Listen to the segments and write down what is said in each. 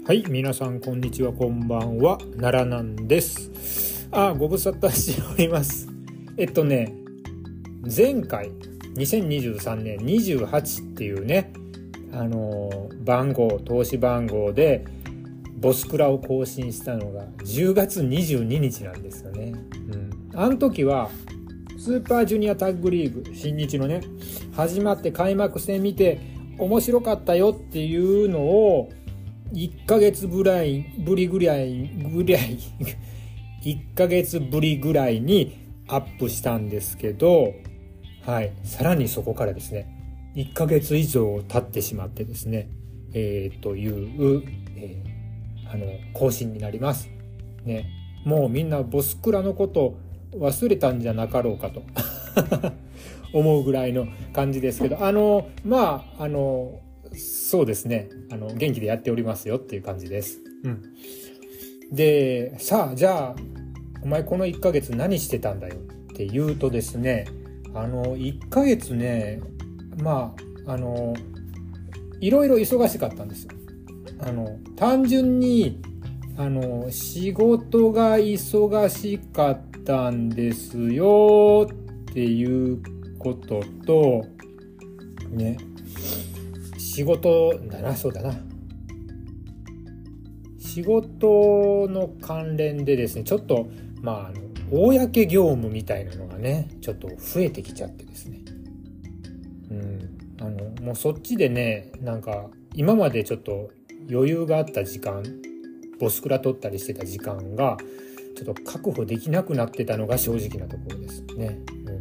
はい、皆さんこんにちは、こんばんは、奈良なんです。ご無沙汰しております。前回2023年28っていうね、投資番号でボスクラを更新したのが10月22日なんですよね。あの時はスーパージュニアタッグリーグ新日のね始まって開幕戦見て面白かったよっていうのを1ヶ月ぶりぐらい1ヶ月ぶりぐらいにアップしたんですけど、はい、さらにそこからですね1ヶ月以上経ってしまってですね、更新になりますね。もうみんなボスクラのこと忘れたんじゃなかろうかと思うぐらいの感じですけど、そうですね、元気でやっておりますよっていう感じです。で、さあじゃあお前この1ヶ月何してたんだよって言うとですね、1ヶ月ね、いろいろ忙しかったんですよ。単純に仕事が忙しかったんですよっていうこととね、仕事の関連でですね、ちょっと公業務みたいなのがねちょっと増えてきちゃってですね、もうそっちでね、なんか今までちょっと余裕があった時間、ボスクラ取ったりしてた時間がちょっと確保できなくなってたのが正直なところですね。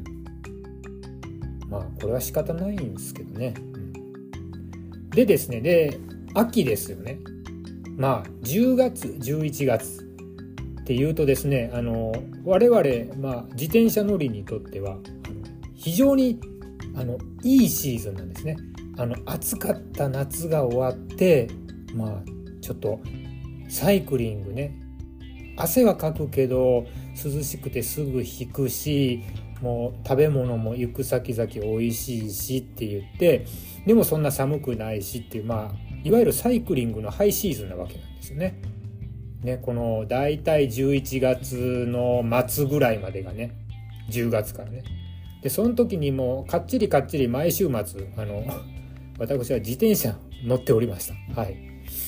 これは仕方ないんですけどね。でですね、で秋ですよね。10月11月っていうとですね、我々、自転車乗りにとっては非常にいいシーズンなんですね。暑かった夏が終わってちょっとサイクリングね、汗はかくけど涼しくてすぐ引くし、もう食べ物も行く先々美味しいしって言って、でもそんな寒くないしっていう、いわゆるサイクリングのハイシーズンなわけなんですよね。このだいたい11月の末ぐらいまでがね、10月からね。でその時にもうかっちり毎週末私は自転車乗っておりました。はい。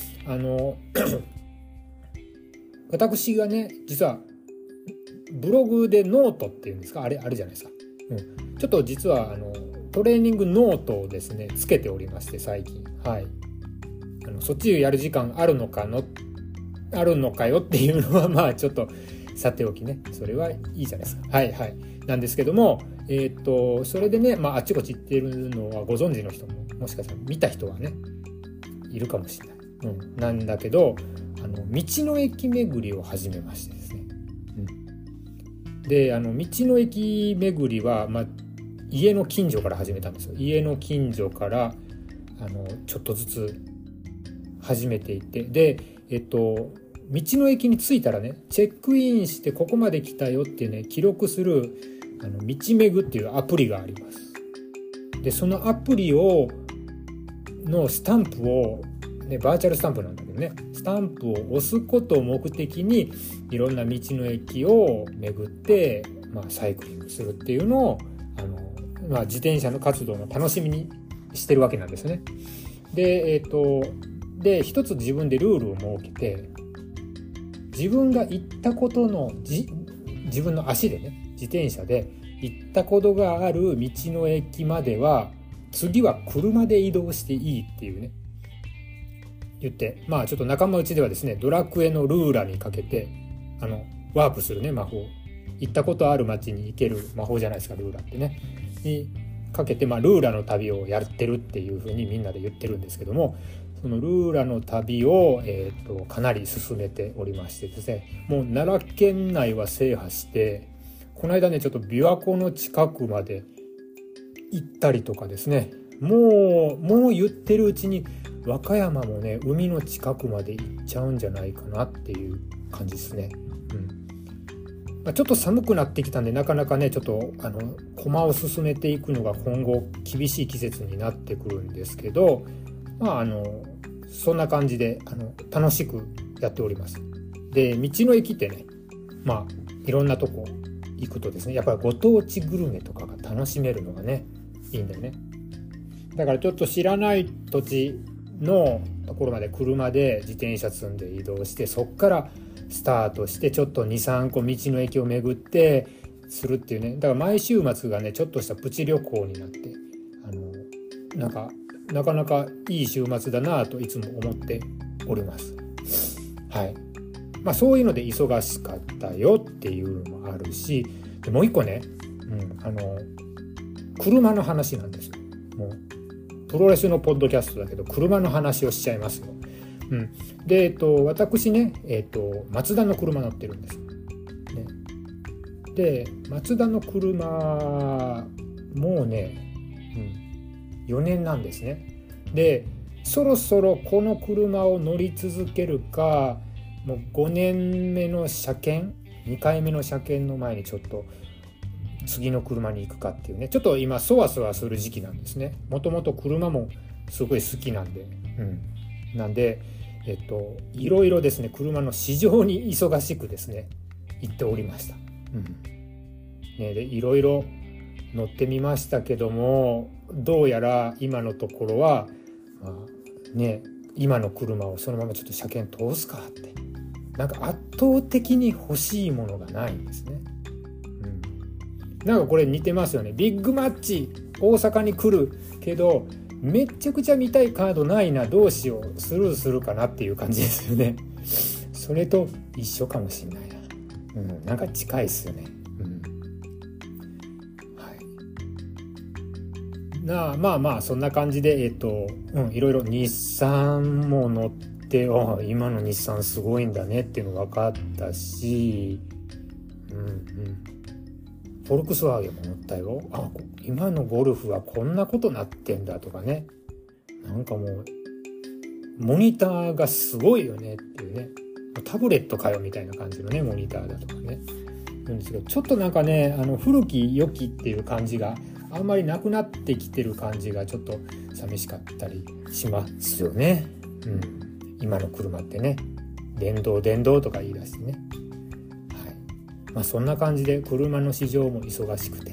私がね、実はブログでノートっていうんですか、あれじゃないですか。ちょっと実はトレーニングノートをですねつけておりまして、最近、はい、そっちやる時間あるのかよっていうのはちょっとさておきね、それはいいじゃないですか。はいなんですけども、それでね、あっちこっち行ってるのはご存知の人ももしかしたら見た人はねいるかもしれない。なんだけど道の駅巡りを始めましてですね。で道の駅巡りは、家の近所から始めたんですよ。家の近所からちょっとずつ始めていって、で道の駅に着いたらね、チェックインしてここまで来たよっていうね記録する道めぐっていうアプリがあります。でそのアプリのスタンプをね、バーチャルスタンプなんだけどね、スタンプを押すことを目的にいろんな道の駅を巡って、サイクリングするっていうのを自転車の活動の楽しみにしてるわけなんですね。で一つ自分でルールを設けて、自分が行ったことの自分の足でね、自転車で行ったことがある道の駅までは次は車で移動していいっていうね言って、ちょっと仲間内ではですね、ドラクエのルーラにかけてワープするね魔法、行ったことある街に行ける魔法じゃないですか、ルーラってねにかけて、ルーラの旅をやってるっていう風にみんなで言ってるんですけども、そのルーラの旅を、かなり進めておりましてですね、もう奈良県内は制覇して、この間ねちょっと琵琶湖の近くまで行ったりとかですね、もう言ってるうちに和歌山もね海の近くまで行っちゃうんじゃないかなっていう感じですね。ちょっと寒くなってきたんで、なかなかねちょっと駒を進めていくのが今後厳しい季節になってくるんですけど、 そんな感じで楽しくやっております。で、道の駅ってね、いろんなとこ行くとですね、やっぱりご当地グルメとかが楽しめるのがね、いいんだよね。だからちょっと知らない土地のところまで車で自転車積んで移動して、そっからスタートしてちょっと 2,3 個道の駅を巡ってするっていうね。だから毎週末がね、ちょっとしたプチ旅行になって、なかなかいい週末だなといつも思っております。はい。そういうので忙しかったよっていうのもあるし、でもう一個ね、車の話なんですよ。もうプロレスのポッドキャストだけど車の話をしちゃいますよ。で、私ね、マツダの車乗ってるんです。ね、で、マツダの車もうね、4年なんですね。で、そろそろこの車を乗り続けるか、もう5年目の車検、2回目の車検の前にちょっと次の車に行くかっていうね、ちょっと今そわそわする時期なんですね。もともと車もすごい好きなんで、なんでいろいろですね、車の市場に忙しくですね行っておりました。でいろいろ乗ってみましたけども、どうやら今のところは、今の車をそのままちょっと車検通すかって、なんか圧倒的に欲しいものがないんですね。なんかこれ似てますよね。ビッグマッチ大阪に来るけどめっちゃくちゃ見たいカードないな、どうしよう、スルーするかなっていう感じですよね。それと一緒かもしれないな。なんか近いですよね。そんな感じでいろいろ日産も乗って、今の日産すごいんだねっていうの分かったし、フォルクスワーゲンも乗ったよ。今のゴルフはこんなことなってんだとかね。なんかもうモニターがすごいよねっていうね。タブレットかよみたいな感じのねモニターだとかね言うんですけど、ちょっとなんかね古き良きっていう感じがあんまりなくなってきてる感じがちょっと寂しかったりしますよね。今の車ってね、電動とか言い出してね。そんな感じで車の市場も忙しくて、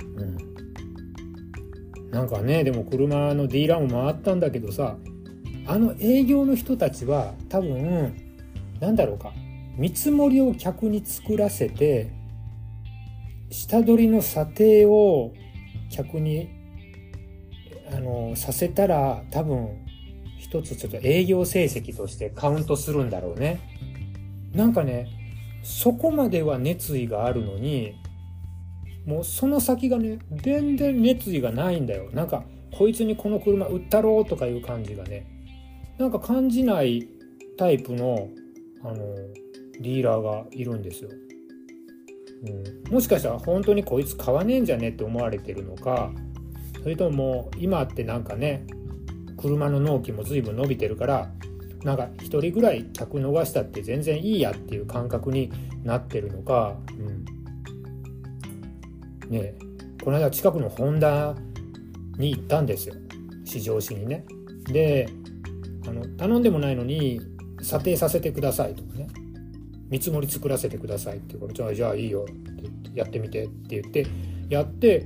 なんかね、でも車のディーラーも回ったんだけどさ、営業の人たちは多分なんだろうか、見積もりを客に作らせて下取りの査定を客にさせたら、多分一つちょっと営業成績としてカウントするんだろうね。なんかね、そこまでは熱意があるのに、もうその先がね全然熱意がないんだよ。なんかこいつにこの車売ったろうとかいう感じがね、なんか感じないタイプのディーラーがいるんですよ。もしかしたら本当にこいつ買わねえんじゃねって思われてるのか、それとも今ってなんかね車の納期も随分伸びてるから、なんか一人ぐらい客逃したって全然いいやっていう感覚になってるのか、この間近くのホンダに行ったんですよ、試乗しにね。で頼んでもないのに査定させてくださいとかね、見積もり作らせてくださいっていうから、じゃあいいよってやってみてって言ってやって、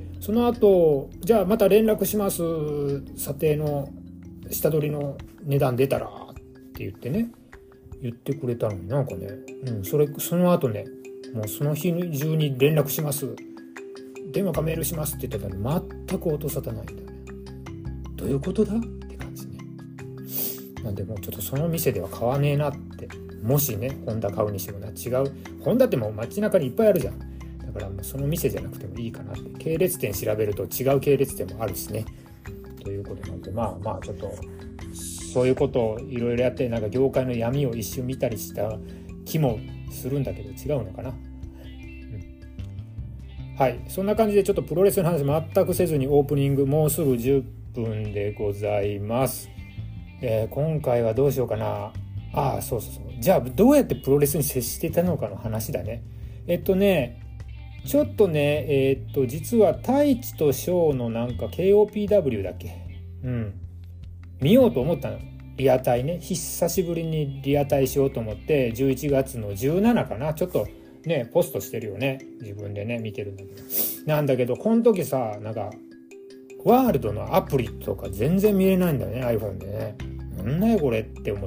その後じゃあまた連絡します、査定の下取りの値段出たらって言ってね言ってくれたのに、なんかね、その後ね、もうその日中に連絡します、電話かメールしますって言ってたのに全く音沙汰ないんだよね。どういうことだって感じね。なんでもうちょっとその店では買わねえなって、もしねホンダ買うにしてもな、違うホンダってもう街中にいっぱいあるじゃん。だからもうその店じゃなくてもいいかなって、系列店調べると違う系列店もあるしね、ということなんで、ちょっとそういうことをいろいろやって、なんか業界の闇を一瞬見たりした気もするんだけど、違うのかな。はい、そんな感じでちょっとプロレスの話全くせずにオープニングもうすぐ10分でございます。今回はどうしようかな。そうじゃあどうやってプロレスに接してたのかの話だね。ちょっとね実は太一と翔のなんか KOPW だっけ、見ようと思ったの。1 リアタイね、久しぶりにリアタイしようと思って11月の17かな、ちょっとねポストしてるよね、自分でね見てるんだけど、なんだけどこの時さ、なんかワールドのアプリとか全然見れないんだよね、 iPhone でね。なんだよこれって思って、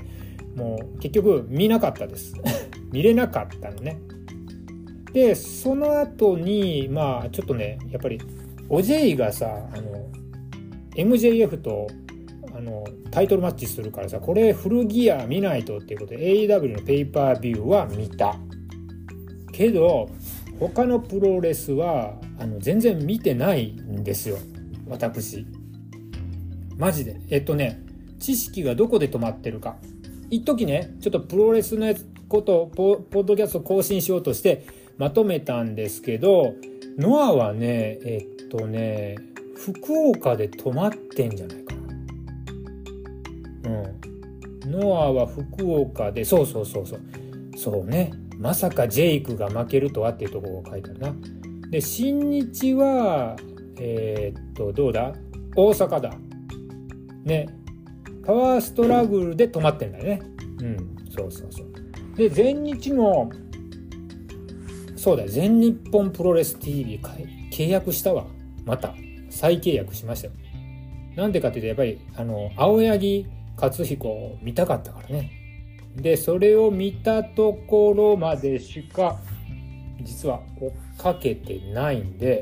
もう結局見なかったです見れなかったのね。でその後にまあちょっとね、やっぱりお J がさMJF とタイトルマッチするからさ、これフルギア見ないとっていうことで AEW のペーパービューは見たけど、他のプロレスは全然見てないんですよ、私マジで。知識がどこで止まってるか、一時ねちょっとプロレスのことをポッドキャスト更新しようとしてまとめたんですけど、ノアはね福岡で止まってんじゃないかな。ノアは福岡で、そうね、まさかジェイクが負けるとはっていうところが書いてあるな。で新日はどうだ、大阪だね、パワーストラグルで止まってんだよね。そうで全日もそうだよ、全日本プロレス TV 契約したわ、また再契約しましたよ。なんでかっていうと、やっぱり青柳克彦を見たかったからね。でそれを見たところまでしか実は追っかけてないんで、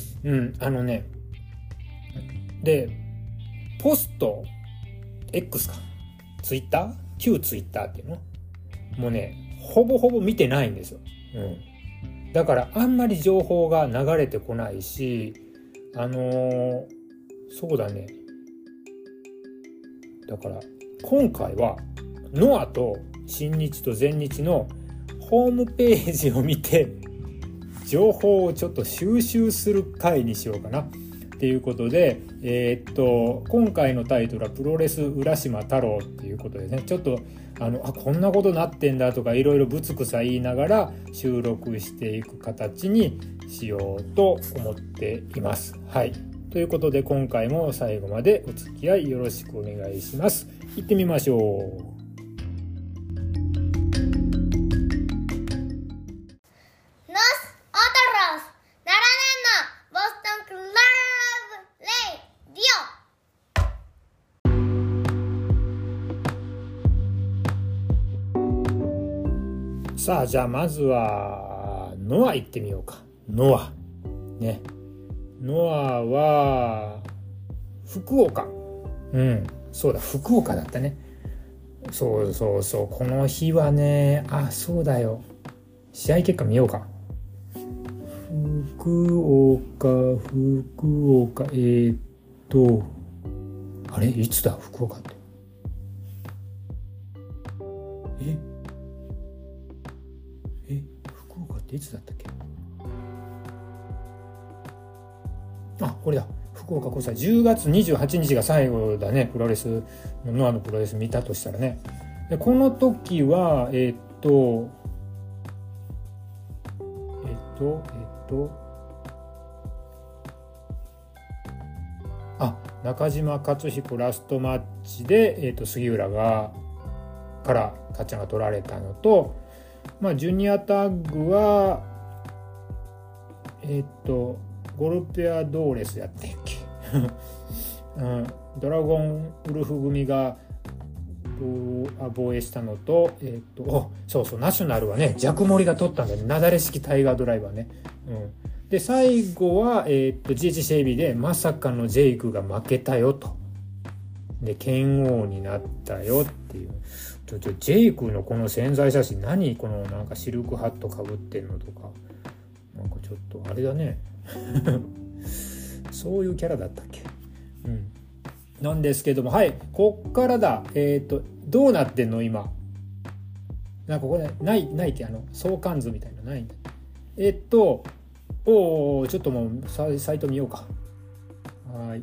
でポスト X かツイッター、旧ツイッターっていうのもうねほぼほぼ見てないんですよ。だからあんまり情報が流れてこないし、そうだね、だから今回はノアと新日と全日のホームページを見て情報をちょっと収集する回にしようかなっていうことで、今回のタイトルはプロレス浦島太郎っていうことでね、ちょっとこんなことなってんだとかいろいろぶつくさ言いながら収録していく形にしようと思っています。はい、ということで今回も最後までお付き合いよろしくお願いします。行ってみましょう。さあじゃあまずはノア行ってみようか。ノアね、ノアは福岡、そうだ福岡だったね。そうこの日はね、そうだよ、試合結果見ようか。福岡あれいつだ福岡って、福岡っていつだったっけ。これだ、福岡国際10月28日が最後だね、プロレスノアのプロレス見たとしたらね。でこの時は中島克彦ラストマッチで、杉浦からかっちゃんが取られたのと、ジュニアタッグはゴルペアドーレスやったっけ、ドラゴンウルフ組が防衛したのと、そうナショナルはねジャクモリが取ったんだよね、なだれ式タイガードライバーね。で最後は、GH シェイビーでまさかのジェイクが負けたよと、で剣王になったよっていう。ジェイクのこの宣材写真何、このなんかシルクハットかぶってんのとか、なんかちょっとあれだねそういうキャラだったっけ。なんですけども、はい、こっからだ。どうなってんの今。なんかこれないって相関図みたいなのないんだ。ちょっともうサイト見ようか。はい。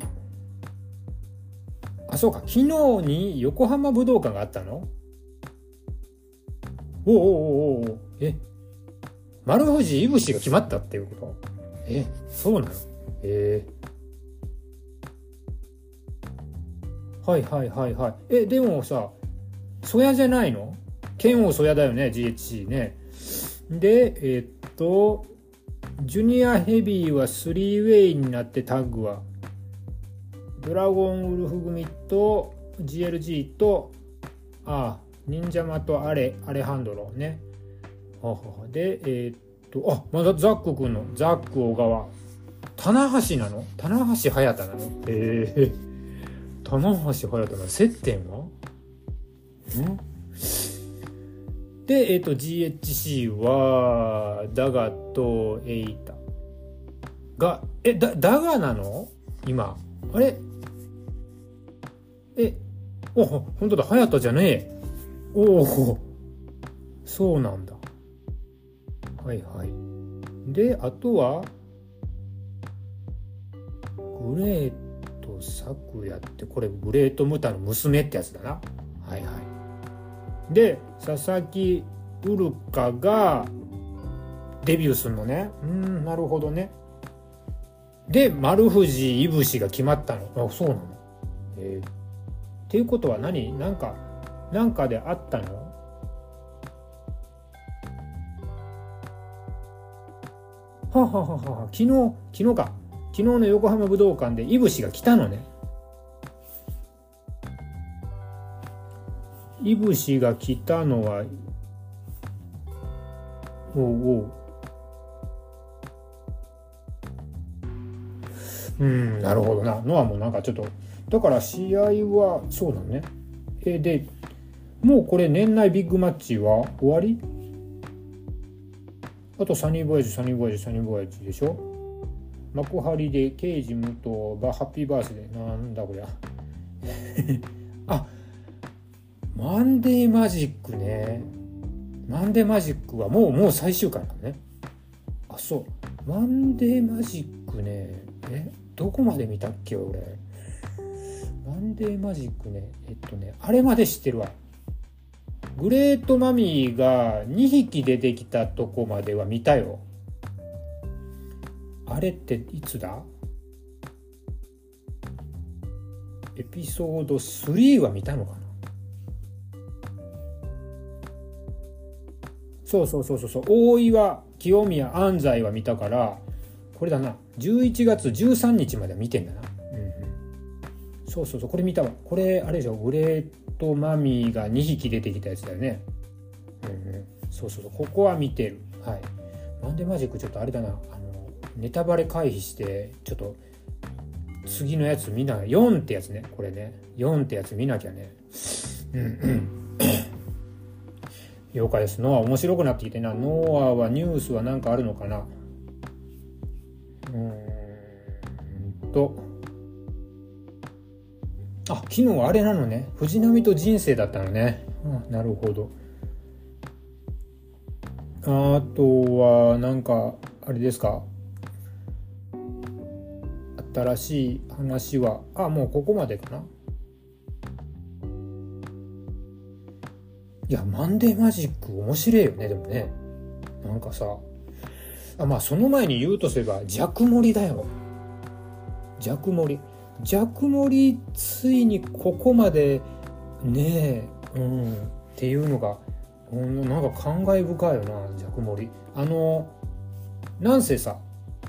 そうか、昨日に横浜武道館があったの。丸藤いぶしが決まったっていうこと。そうなの。 はいはいはいはい。でもさ、ソヤじゃないの？剣王ソヤだよね、GHC ね。で、ジュニアヘビーは3ウェイになってタッグはドラゴンウルフ組と GLG と忍者マとアレハンドロね。でまだザック君のザック小川、棚橋なの？棚橋隼人なの？棚橋隼人なの？接点はで、GHC はダガとエイタがダガなの今？あれ本当だ、隼人じゃねえ。そうなんだ。はいはい。で、あとはグレート咲夜って、これグレートムタの娘ってやつだな。はいはい。で、佐々木ウルカがデビューするのね。なるほどね。で、丸藤いぶしが決まったの。そうなの。っていうことはなんかであったの？昨日の横浜武道館でいぶしが来たのね。いぶしが来たのはなるほどな。ノアもなんかちょっとだから試合はそうだね。でもうこれ年内ビッグマッチは終わり？あとサニーボヤージでしょ。幕張でケイジムとハッピーバースデー、なんだこりゃマンデーマジックね。マンデーマジックはもう最終回なのね。そうマンデーマジックね。どこまで見たっけ俺。マンデーマジックね。あれまで知ってるわ。グレートマミーが2匹出てきたとこまでは見たよ。あれっていつだ？エピソード3は見たのかな？そう大岩、清宮、安西は見たから、これだな、11月13日までは見てんだな。そうこれ見たわ。これあれでしょ、グレートマミーが2匹出てきたやつだよね。そうここは見てる。はい。マンデーマジックちょっとあれだな、ネタバレ回避してちょっと次のやつ見な、4ってやつね。これね、4ってやつ見なきゃね。了解です。ノア面白くなってきてな。ノアはニュースは何かあるのかな。昨日はあれなのね。藤波と人生だったのね。なるほど。あとはなんかあれですか。新しい話はもうここまでかな。いや、マンデーマジック面白いよね。でもね、なんかさ、その前に言うとすればジャクモリだよ。ジャクモリついにここまでねっていうのが、なんか感慨深いよな。ジャクモリなんせさ、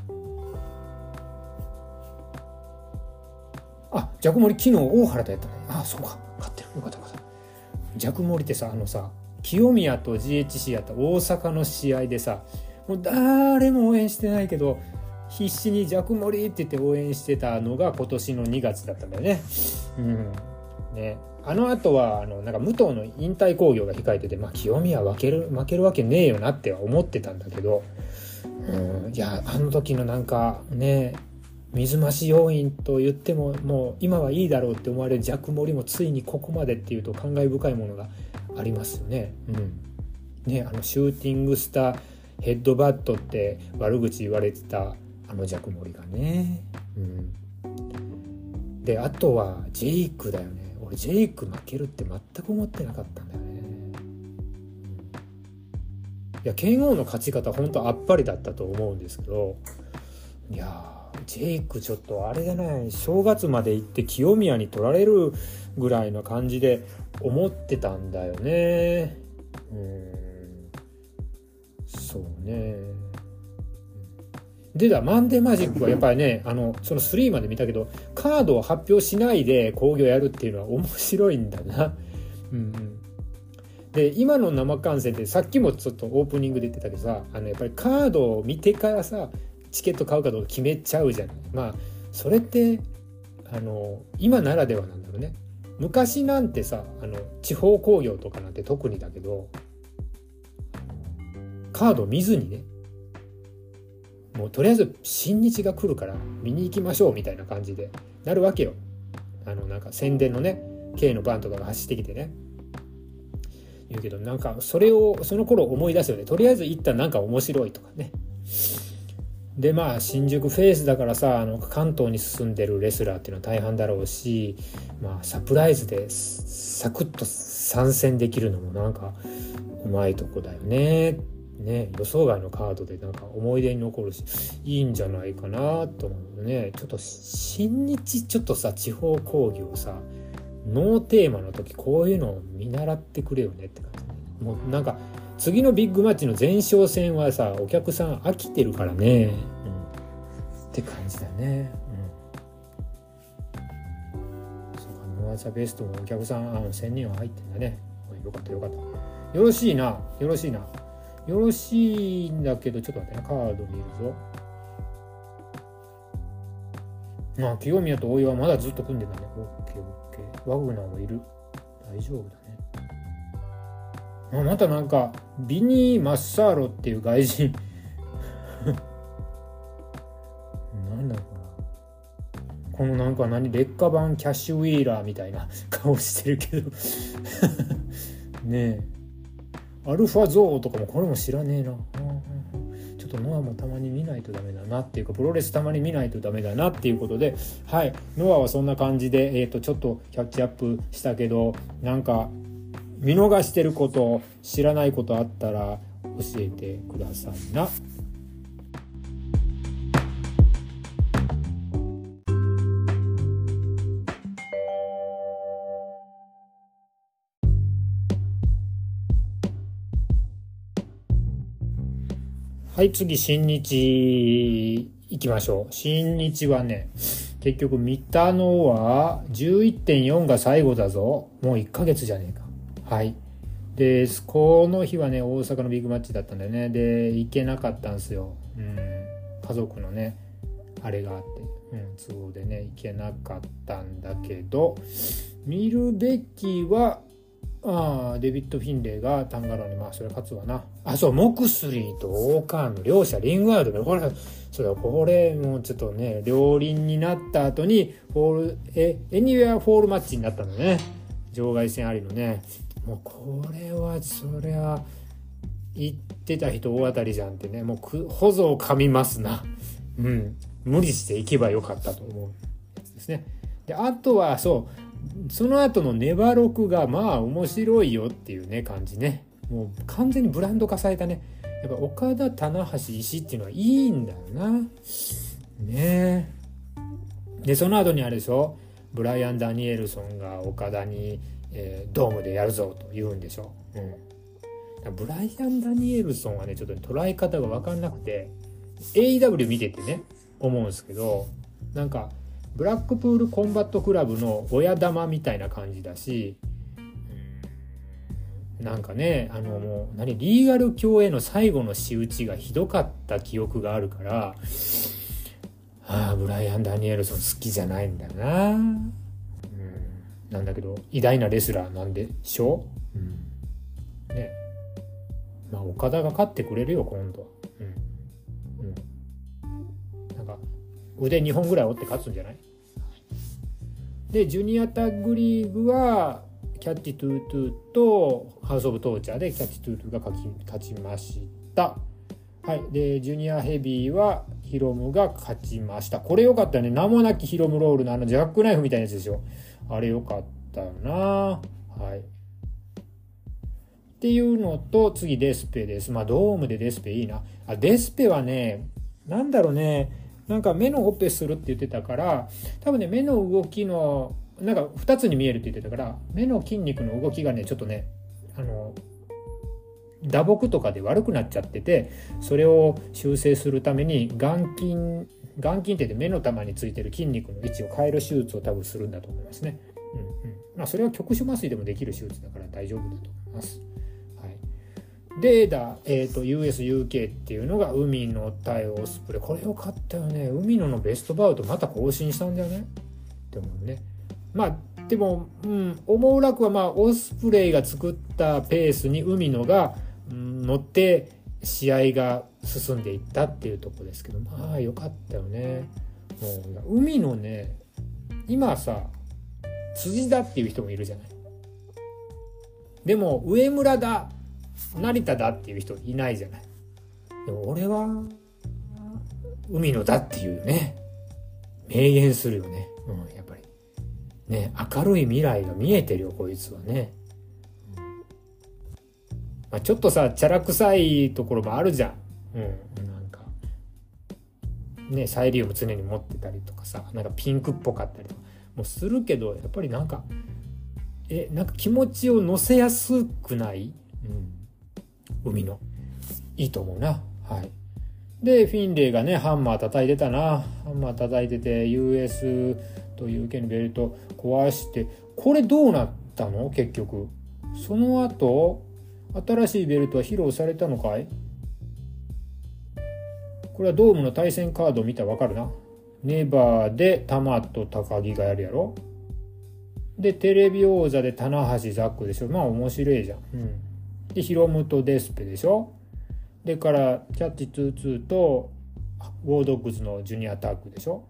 ジャクモリ昨日大原とやったね。そうか、勝ってる。よかった。ジャクモリってさ、清宮と GHC やった大阪の試合でさ、もう誰も応援してないけど必死にジャクモリって言って応援してたのが今年の2月だったんだよね。ね、あの後はなんか武藤の引退興行が控えてて、清宮負けるわけねえよなっては思ってたんだけど、いや、あの時のなんかね、水増し要因と言ってももう今はいいだろうって思われるジャクモリもついにここまでっていうと感慨深いものがありますよね。ね、シューティングスターヘッドバットって悪口言われてたジャクモリがね。で、あとはジェイクだよね。俺ジェイク負けるって全く思ってなかったんだよね。いや、剣王の勝ち方本当あっぱれだったと思うんですけど、いやジェイクちょっとあれじゃない、正月まで行って清宮に取られるぐらいの感じで思ってたんだよね。そうね。でマンデーマジックはやっぱりね、その3まで見たけど、カードを発表しないで興行やるっていうのは面白いんだな。で今の生観戦ってさっきもちょっとオープニングで言ってたけどさ、やっぱりカードを見てからさチケット買うかどうか決めちゃうじゃない。まあそれって今ならではなんだろうね。昔なんてさ地方興行とかなんて特にだけど、カード見ずにね、もうとりあえず新日が来るから見に行きましょうみたいな感じでなるわけよ。なんか宣伝のね K のバンとかが走ってきてね言うけど、なんかそれをその頃思い出すよね。とりあえず行ったらなんか面白いとかね。でまあ新宿フェイスだからさ、関東に進んでるレスラーっていうのは大半だろうし、まあサプライズでサクッと参戦できるのもなんかうまいとこだよね。予想外のカードでなんか思い出に残るしいいんじゃないかなと思うね。ちょっと新日ちょっとさ地方興行さノーテーマの時こういうのを見習ってくれよねって感じ。もうなんか次のビッグマッチの前哨戦はさお客さん飽きてるからね、って感じだね。そうか、ノアザベストもお客さん1000人は入ってんだね。よかったよかった。よろしいなよろしいんだけど、ちょっと待ってね、カード見るぞ。清宮と大岩はまだずっと組んでたね。オッケー。ワグナーもいる。大丈夫だね。またなんかビニー・マッサーロっていう外人なんだろうな、このなんか劣化版キャッシュウィーラーみたいな顔してるけどねえ、アルファゾーとかもこれも知らねえな。ちょっとノアもたまに見ないとダメだなっていうか、プロレスたまに見ないとダメだなっていうことで、はい、ノアはそんな感じで、ちょっとキャッチアップしたけど、なんか見逃してること、知らないことあったら教えてくださいな。はい、次新日行きましょう。新日はね、結局見たのは 11.4 が最後だぞ。もう1ヶ月じゃねえか。はい。で、この日はね、大阪のビッグマッチだったんだよね。で、行けなかったんですよ。家族のね、あれがあって、都合でね、行けなかったんだけど、見るべきは、デビッド・フィンレイがタンガロンに、それ勝つわな。そう、モクスリーとオーカーンの両者リングアウトで、これもうちょっとね、両輪になった後にエニウェアフォールマッチになったのね。場外戦ありのね。もうこれはそりゃ言ってた人大当たりじゃんってね、もうほぞを噛みますな。無理していけばよかったと思うやつですね。で、あとはその後のネバロクが面白いよっていうね感じね。もう完全にブランド化されたね。やっぱ岡田、棚橋、石っていうのはいいんだよな。ね。でその後にあれでしょ。ブライアン・ダニエルソンが岡田に、ドームでやるぞと言うんでしょ。ブライアン・ダニエルソンはねちょっと捉え方が分かんなくて AEW 見ててね思うんですけど、なんかブラックプールコンバットクラブの親玉みたいな感じだし、なんかねもうリーガル卿への最後の仕打ちがひどかった記憶があるから、ブライアン・ダニエルソン好きじゃないんだな。なんだけど偉大なレスラーなんでしょ。ね、岡田が勝ってくれるよ今度は。なんか腕2本ぐらい折って勝つんじゃない。でジュニアタッグリーグはキャッチトゥートゥーとハウスオブトーチャーでキャッチトゥートゥーが勝ちました。はい。でジュニアヘビーはヒロムが勝ちました。これ良かったね。名もなきヒロムロールのジャックナイフみたいなやつでしょ。あれ良かったよな。はい。っていうのと次デスペです。ドームでデスペいいな。デスペはね、なんだろうね、 なんか目のオペするって言ってたから、多分ね目の動きのなんか2つに見えるって言ってたから、目の筋肉の動きがねちょっとね打撲とかで悪くなっちゃってて、それを修正するために眼筋って言って目の玉についてる筋肉の位置を変える手術を多分するんだと思いますね。まあそれは局所麻酔でもできる手術だから大丈夫だと思います。でUSUK っていうのが海のタイオスプレイ、これよかったよね。海野のベストバウトまた更新したんだよねって思うね。まあでも、思うらくはまあオスプレイが作ったペースに海野が、乗って試合が進んでいったっていうところですけど、まあよかったよね。もう海野ね、今さ辻田っていう人もいるじゃない。でも上村だ成田だっていう人いないじゃない。でも俺は海野だっていうね、明言するよね。やっぱりね、明るい未来が見えてるよこいつはね。まあ、ちょっとさチャラ臭いところもあるじゃん。なんかねサイリウム常に持ってたりとかさ、なんかピンクっぽかったりとかもするけど、やっぱりなんか気持ちを乗せやすくない？海のいいと思うな。でフィンレイがねハンマー叩いてたな。ハンマー叩いてて US と UK のベルト壊して、これどうなったの結局。その後新しいベルトは披露されたのかい？これはドームの対戦カードを見たらわかるな。ネバーでタマと高木がやるやろ。でテレビ王座で棚橋ザックでしょ。まあ面白いじゃん。でヒロムとデスペでしょ。でからキャッチ22とウォードッグズのジュニアタッグでしょ。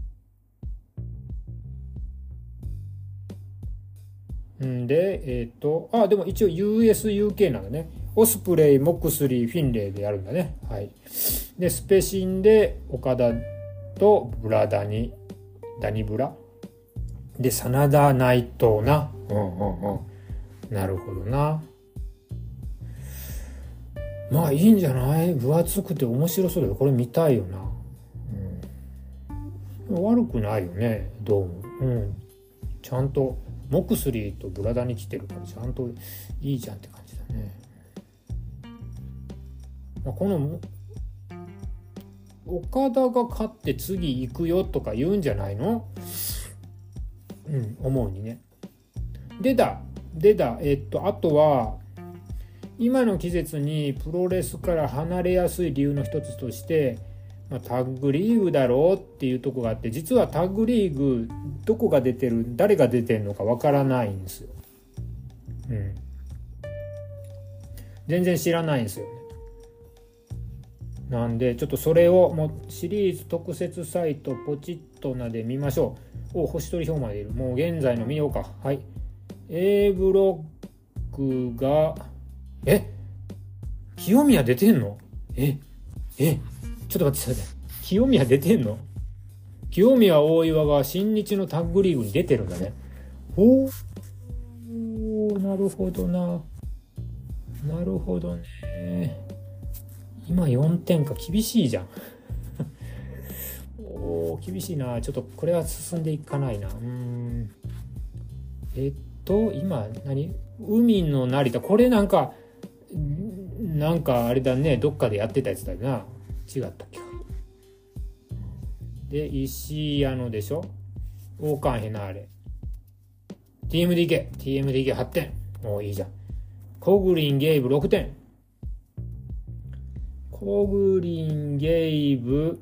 ででも一応 USUK なんだね。オスプレイ、モクスリー、フィンレイでやるんだね。でスペシンで岡田とブラダニブラで真田内藤な。なるほどな。まあいいんじゃない？分厚くて面白そうだよ。これ見たいよな。悪くないよねドーム。ちゃんとモクスリーとブラダに来てるからちゃんといいじゃんって感じだね。この岡田が勝って次行くよとか言うんじゃないの？思うにね。でだあとは今の季節にプロレスから離れやすい理由の一つとして、タッグリーグだろうっていうとこがあって、実はタッグリーグどこが出てる誰が出てるのかわからないんですよ。全然知らないんですよね。なんでちょっとそれをもうシリーズ特設サイトポチッとなで見ましょう。星取り表までいる。もう現在の見ようか。A ブロックが清宮出てんの？ちょっと待って。清宮出てんの？清宮大岩が新日のタッグリーグに出てるんだね。なるほどな。なるほどね。今4点か、厳しいじゃん。厳しいな。ちょっとこれは進んでいかないな。今海の成田、これなんかあれだね、どっかでやってたやつだよな。違ったっけか。で石井矢野でしょ。王冠ヘナーレ TMDK8 点。もういいじゃん。コグリンゲイブ6点。コグリンゲイブ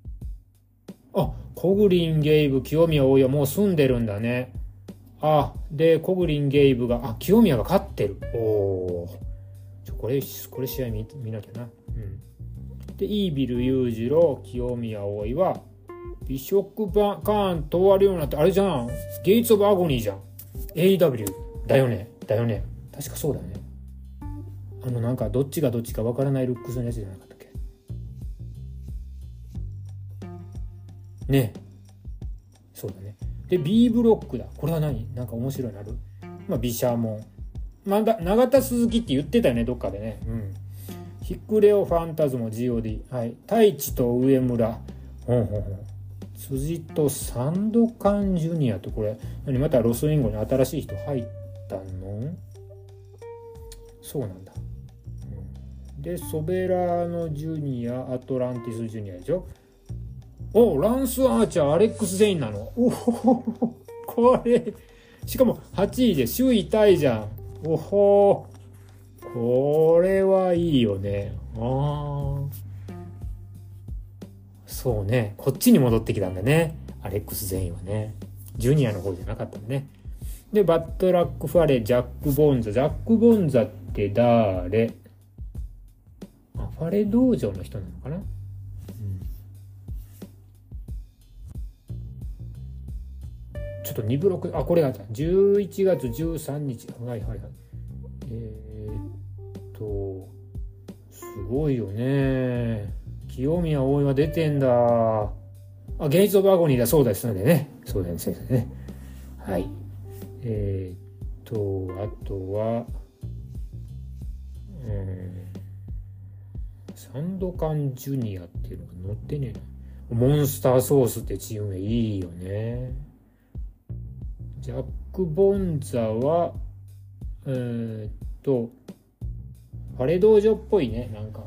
清宮大岩もう住んでるんだね。でコグリンゲイブが清宮が勝ってる。これ試合見なきゃな。でイービル裕次郎清宮大岩ビショックカーントワリオナってあれじゃん。ゲイツオブアゴニーじゃん。 AEW だよね。確かそうだよね。なんかどっちがどっちかわからないルックスのやつじゃなかったっけね。そうだね。で B ブロックだ。これは何？なんか面白いのある？ビシャモン、永田鈴木って言ってたよねどっかでね。ヒクレオファンタズモ GOD。太一と上村。 ほんほんほん。辻とサンドカンジュニアと、これ何、またロスインゴに新しい人入ったの？そうなんだ。でソベラーノジュニア、アトランティスジュニアでしょ。お、ランスアーチャー、アレックス・ゼインなの。おほ、これしかも8位で首位タイじゃん。おほ、これはいいよね。そうね、こっちに戻ってきたんだね、アレックス・ゼインはね。ジュニアの方じゃなかったんだね。でバットラック・ファレ、ジャック・ボンザ。ジャック・ボンザって誰？ファレ道場の人なのかな。ちょっと2ブロック、これがあった。11月13日。はいはいはい。すごいよね。清宮葵は出てんだ。ゲイツ・オブ・アゴニーだそうですのでね。そうですね。はい。あとは、サンドカンジュニアっていうのが載ってねえな。モンスターソースってチーム名いいよね。ジャック・ボンザはファレ道場っぽいね、なんか。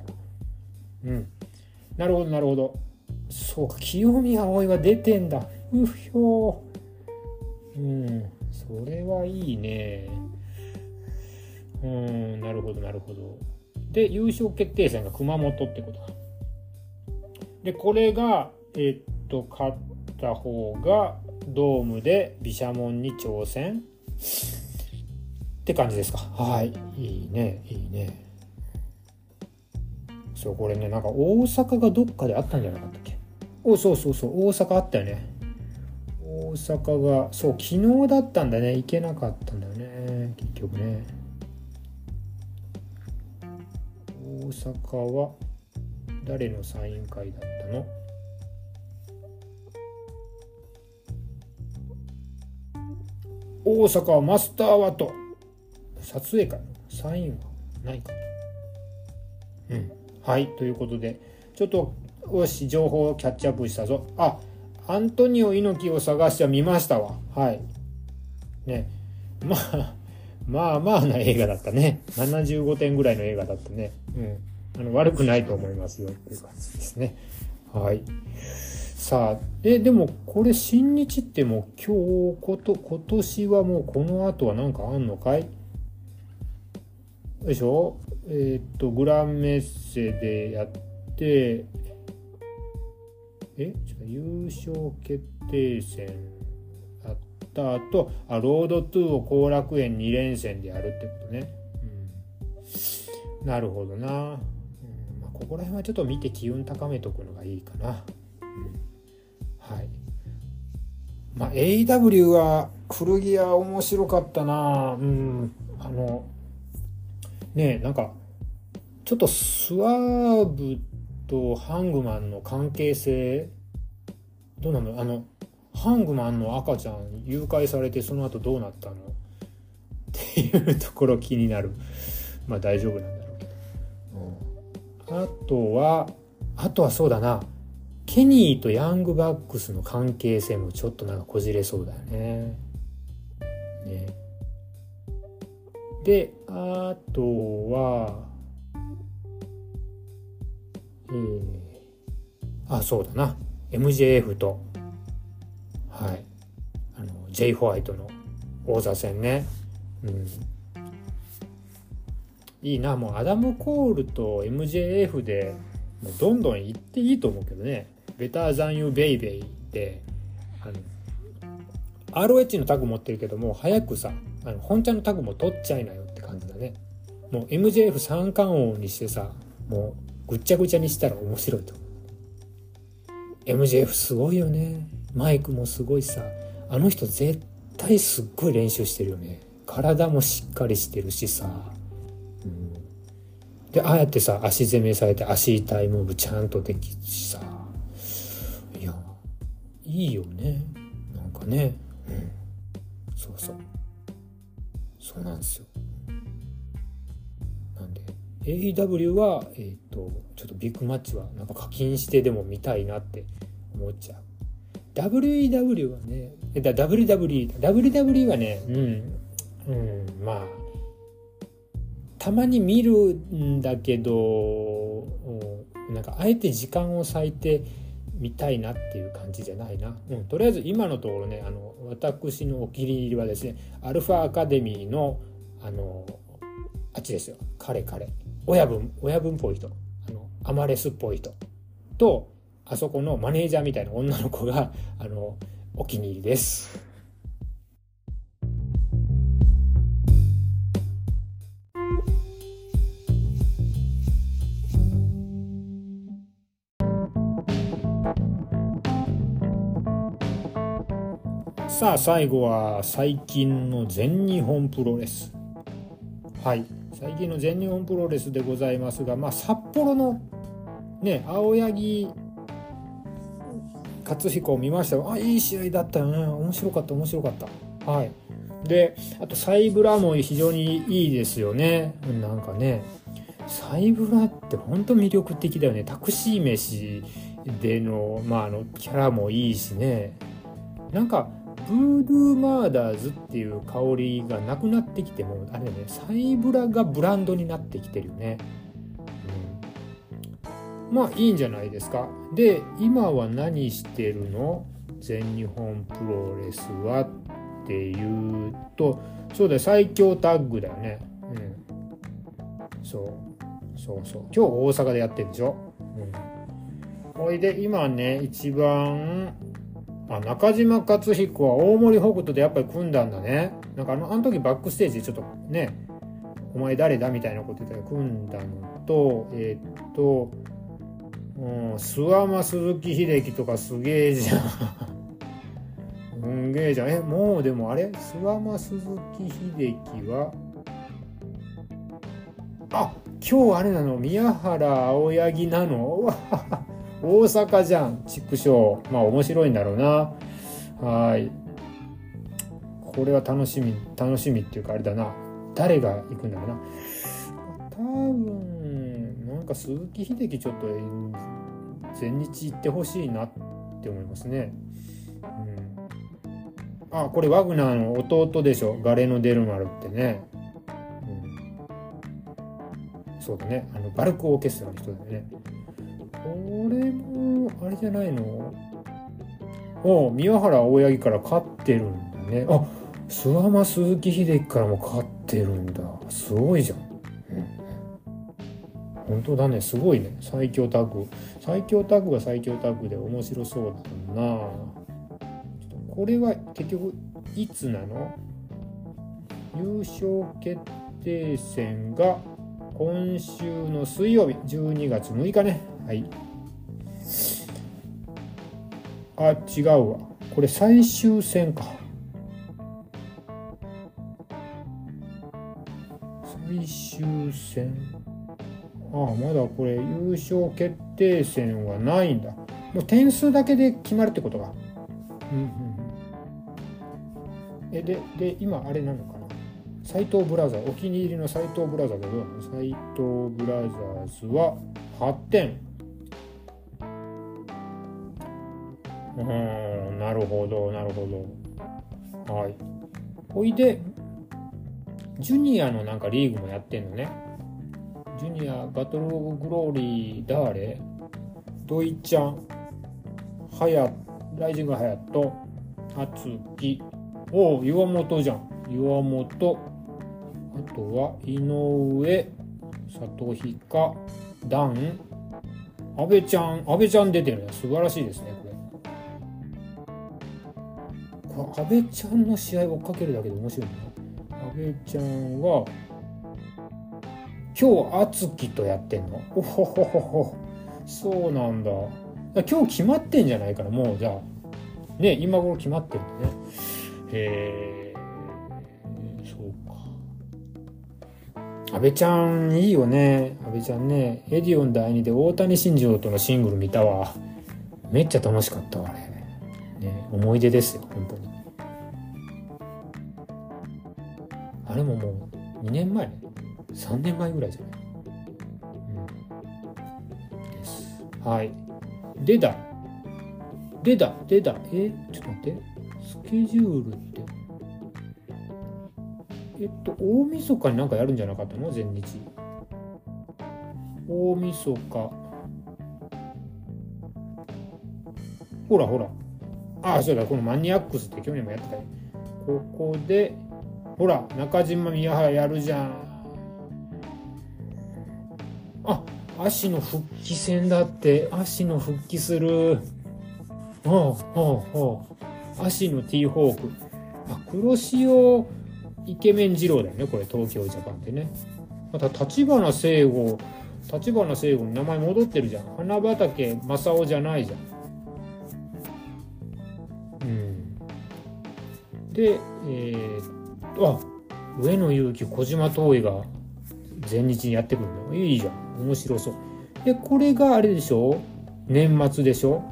なるほどなるほど。そうか、清宮葵は出てんだ。うひょー。それはいいね。なるほどなるほど。で優勝決定戦が熊本ってことか。でこれが勝った方がドームで毘沙門に挑戦って感じですか。はい、いいねいいね。そう、これね、なんか大阪がどっかであったんじゃなかったっけ。そう大阪あったよね。大阪がそう昨日だったんだね。行けなかったんだよね結局ね。大阪は誰のサイン会だったの？大阪はマスターワト。撮影会のサインはないか。はい、ということでちょっとよし情報をキャッチアップしたぞ。アントニオ猪木を探しては見ましたわ。はいね。まあな映画だったね。75点ぐらいの映画だったね。悪くないと思いますよっていう感じですね。はい。さあ、でもこれ新日ってもう今年はもうこの後はなんかあんのかい？でしょ。グランメッセでやって、優勝決定戦あった後、ロード2を後楽園2連戦でやるってことね。なるほどな。ここら辺はちょっと見て機運高めとくのがいいかな。はい。AEW は古着屋面白かったな。なんかちょっとスワーブとハングマンの関係性どうなの？ハングマンの赤ちゃん誘拐されてその後どうなったのっていうところ気になる。大丈夫なんだろうけど。あとはそうだな、ケニーとヤングバックスの関係性もちょっとなんかこじれそうだよね。であとはそうだな、 MJF とJ ホワイトの王座戦ね。いいな。もうアダム・コールと MJF でもうどんどん行っていいと思うけどね。ベターザンユーベイベイでROH のタグ持ってるけども早くさ本茶のタグも取っちゃいなよって感じだね。もう MJF 三冠王にしてさ、もうぐっちゃぐちゃにしたら面白いと思う。MJF すごいよね。マイクもすごいさ、あの人絶対すっごい練習してるよね。体もしっかりしてるしさ、でああやってさ足攻めされて足痛いムーブちゃんとできるしさ、いやいいよね、なんかね。そうなんですよ。なんで AEW はちょっとビッグマッチはなんか課金してでも見たいなって思思っちゃう。WEW はね、WWE はね、まあたまに見るんだけど、なんかあえて時間を割いて見たいなっていう感じじゃないな。とりあえず今のところね、私のお気に入りはですね、アルファアカデミーのあっちですよ。彼親分っぽい人、アマレスっぽい人と、あそこのマネージャーみたいな女の子がお気に入りです。さあ最後は最近の全日本プロレス。はい、最近の全日本プロレスでございますが、札幌のね、青柳克彦を見ましたよ。いい試合だったよね。面白かった。はい。で、あとサイブラも非常にいいですよね。なんかね、サイブラって本当魅力的だよね。タクシー飯でのキャラもいいしね。なんかブードゥーマーダーズっていう香りがなくなってきても、あれね、サイブラがブランドになってきてるよね。いいんじゃないですか。で、今は何してるの？全日本プロレスはっていうと、そうだよ、最強タッグだよね。そう今日大阪でやってるでしょ。ほいで今ね、一番中島克彦は大森北斗でやっぱり組んだんだね。なんかあの時バックステージでちょっとね、お前誰だみたいなこと言ったら組んだのと、諏訪間鈴木秀樹とかすげえじゃんすげえじゃん。もうでもあれ、諏訪間鈴木秀樹は今日あれなの、宮原青柳なの大阪じゃん、畜生。面白いんだろうな。はい、これは楽しみっていうか、あれだな、誰が行くんだろうな。多分なんか鈴木秀樹ちょっと全日行ってほしいなって思いますね。これワグナーの弟でしょ、ガレノ・デルマルってね。そうだね、バルクオーケストラの人だよね。これもあれじゃないの？宮原青柳から勝ってるんだね。諏訪間鈴木秀樹からも勝ってるんだ。すごいじゃん。本当だね、すごいね。最強タッグが最強タッグで面白そうだな。これは結局いつなの？優勝決定戦が今週の水曜日、12月6日ね。はい。違うわ。これ最終戦か。最終戦。まだこれ優勝決定戦はないんだ。もう点数だけで決まるってことか。で今あれなのかな。斎藤ブラザー、お気に入りの斎藤ブラザーがどうなの？斎藤ブラザーズは8点。なるほど。はい。ほいでジュニアのなんかリーグもやってんのね。ジュニアバトルオブグローリー、誰？ドイちゃん、ライジングハヤト、アツキ、岩本じゃん。岩本、あとは井上、里彦、ダン、阿部ちゃん出てるね。素晴らしいですね。これ阿部ちゃんの試合を追っかけるだけで面白いな。阿部ちゃんは今日敦貴とやってんの？そうなんだ。今日決まってんじゃないかな。もうじゃあね、今頃決まってるんだね。そうか。阿部ちゃんいいよね。阿部ちゃんね、エディオン第2で大谷新庄とのシングル見たわ。めっちゃ楽しかったわ、あれね。思い出ですよ、本当に。あれももう2年前ね。3年前ぐらいじゃない、です。はい。でだ、 出た。ちょっと待って。スケジュールって。大晦日になんかやるんじゃなかったの？前日。大晦日。ほら。そうだ、このマニアックスって去年もやってたよ。ここで、ほら、中島宮原やるじゃん。足の復帰戦だって。足の復帰する。足のティーホーク。黒潮イケメン二郎だよね、これ、東京ジャパンってね。また立花聖吾に名前戻ってるじゃん。花畑正雄じゃないじゃん。で、上野由岐、小島東映が前日にやってくるの。いいじゃん。面白そう。で、これがあれでしょ？年末でしょ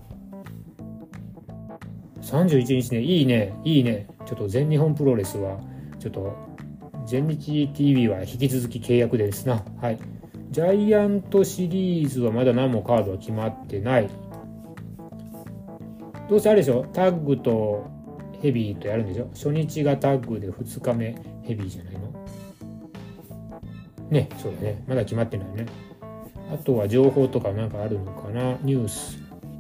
？31日ね。いいね。ちょっと全日本プロレスは、ちょっと、全日 TV は引き続き契約ですな。はい。ジャイアントシリーズはまだ何もカードは決まってない。どうせあれでしょ？タッグとヘビーとやるんでしょ？初日がタッグで2日目ヘビーじゃないの？ね、そうだね。まだ決まってないね。あとは情報とかなんかあるのかな？ニュース。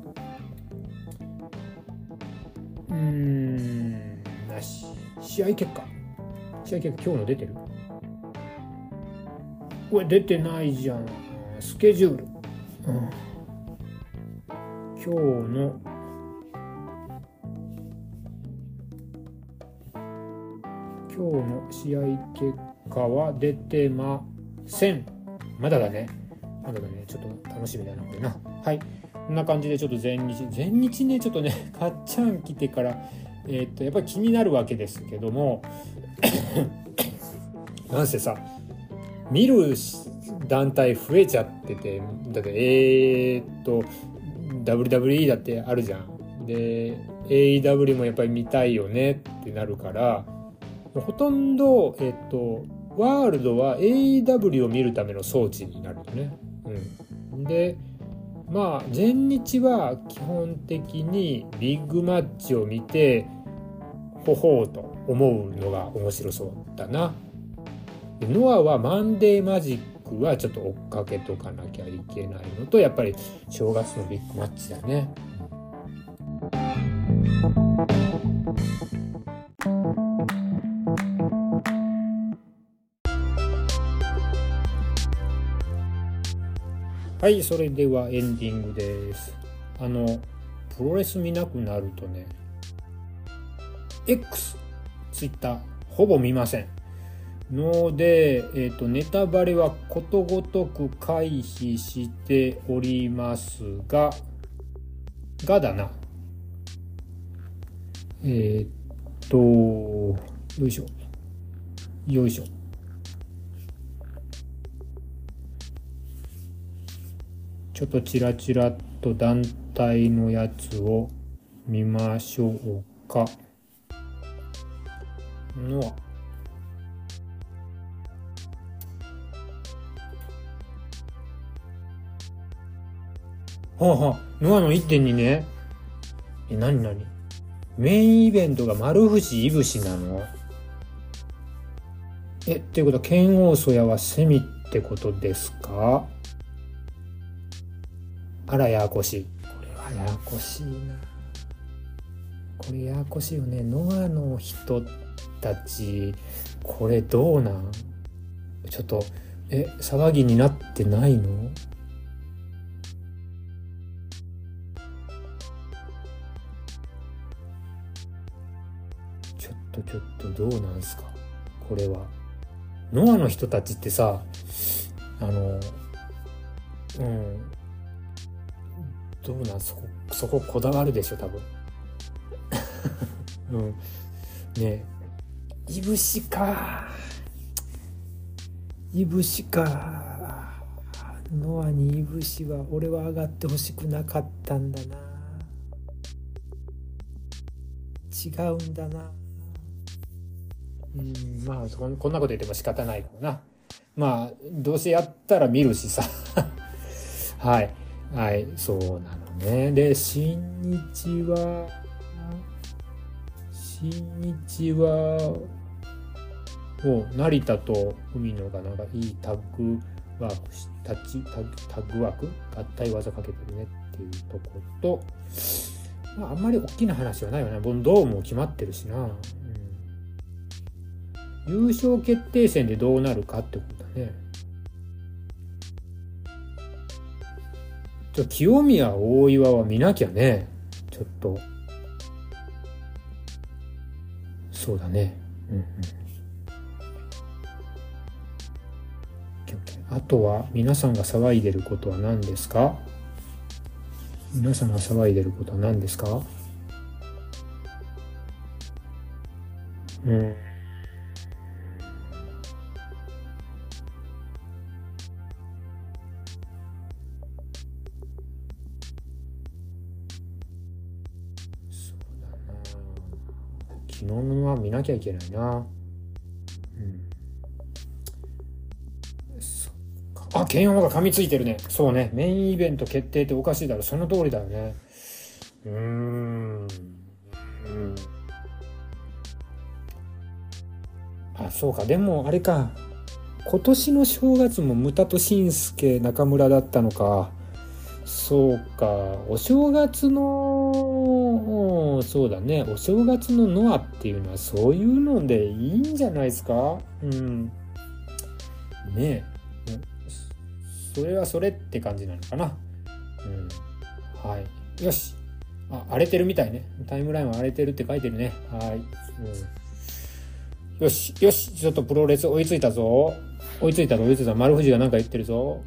なし。試合結果今日の出てる？これ出てないじゃん。スケジュール。今日の試合結果は出てません。まだだね。ちょっと楽しみだな、これな。はい。こんな感じでちょっと前日ね、ちょっとね、かっちゃん来てから、やっぱり気になるわけですけども、なんせさ、見る団体増えちゃってて、だってWWE だってあるじゃん。で AEW もやっぱり見たいよねってなるから、ほとんどワールドは AEW を見るための装置になるよね。で、まあ前日は基本的にビッグマッチを見てほほうと思うのが面白そうだな。でノアはマンデーマジックはちょっと追っかけとかなきゃいけないのと、やっぱり正月のビッグマッチだね。はい、それではエンディングです。プロレス見なくなるとね、X、Twitter ほぼ見ませんので、ネタバレはことごとく回避しておりますがだな。よいしょ。ちょっとチラチラっと団体のやつを見ましょうか。ノア。ノアの 1.2 ね。何メインイベントが丸藤いぶしなの？っていうことは剣王曽谷はセミってことですか？あらややこしい。これはややこしいな。これややこしいよね。ノアの人たちこれどうなん？ちょっと騒ぎになってないの？ちょっとどうなんすかこれは。ノアの人たちってさ、どうなんそここだわるでしょ多分。ねえ、いぶしかノアにいぶしは俺は上がってほしくなかったんだな。違うんだな。まあこんなこと言っても仕方ないからな。まあどうせやったら見るしさ。はい。 はい、そうなのね。で、新日は、成田と海野がなんかいいタッグワークタッグワーク合体技かけてるねっていうとこと、あんまり大きな話はないよね。ボンドームも決まってるしな、優勝決定戦でどうなるかってことだね。清宮大岩は見なきゃね。ちょっとそうだね。あとは皆さんが騒いでることは何ですか？皆さんが騒いでることは何ですか？そうだな。昨日のは見なきゃいけないな。ケンヤマが噛みついてるね。そうね。メインイベント決定っておかしいだろ。その通りだよね。そうか。でもあれか。今年の正月もムタとシンスケ中村だったのか。そうか。お正月のそうだね。お正月のノアっていうのはそういうのでいいんじゃないですか。ねえ。それはそれって感じなのかな。はい。よし。荒れてるみたいね。タイムラインは荒れてるって書いてるね。はい。よし。ちょっとプロレス追いついたぞ。丸藤がなんか言ってるぞ。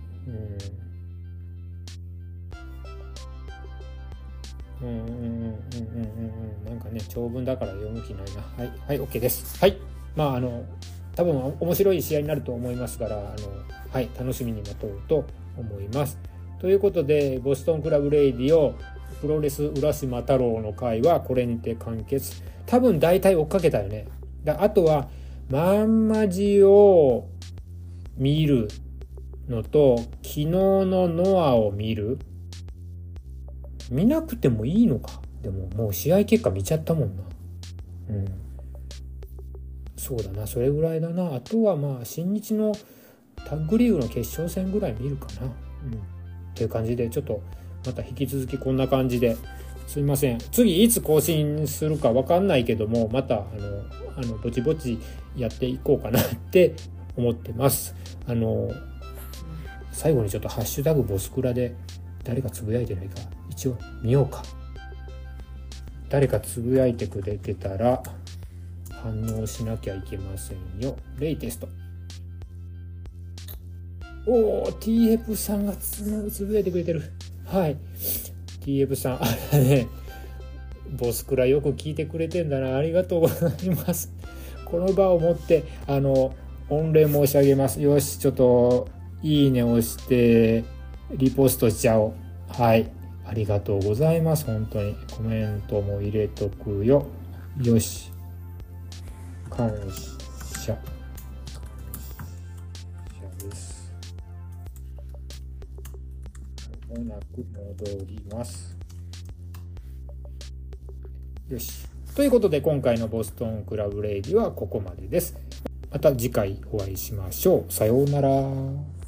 なんかね、長文だから読む気ないな。はい、OK です。はい。多分面白い試合になると思いますから、楽しみに待とうと思います。ということで、ボストンクラブレイディオプロレス浦島太郎の回はこれにて完結。多分大体追っかけたよね。あとはマンマジを見るのと昨日のノアを見なくてもいいのか。でももう試合結果見ちゃったもんな。そうだな、それぐらいだな。あとは新日のタッグリーグの決勝戦ぐらい見るかな。っていう感じで、ちょっとまた引き続きこんな感じですいません。次いつ更新するか分かんないけども、またぼちぼちやっていこうかなって思ってます。最後にちょっとハッシュタグボスクラで誰かつぶやいてないか一応見ようか。誰かつぶやいてくれてたら反応しなきゃいけませんよ。レイテスト。T ヘプさんがつぶやいてくれてる。はい。T ヘプさん、ボスクラよく聞いてくれてんだな。ありがとうございます。この場をもって御礼申し上げます。よし、ちょっといいねをしてリポストしちゃおう。はい。ありがとうございます。本当にコメントも入れとくよ。よし。感謝です。まもなく戻ります。よし。ということで今回のボストンクラブレイディはここまでです。また次回お会いしましょう。さようなら。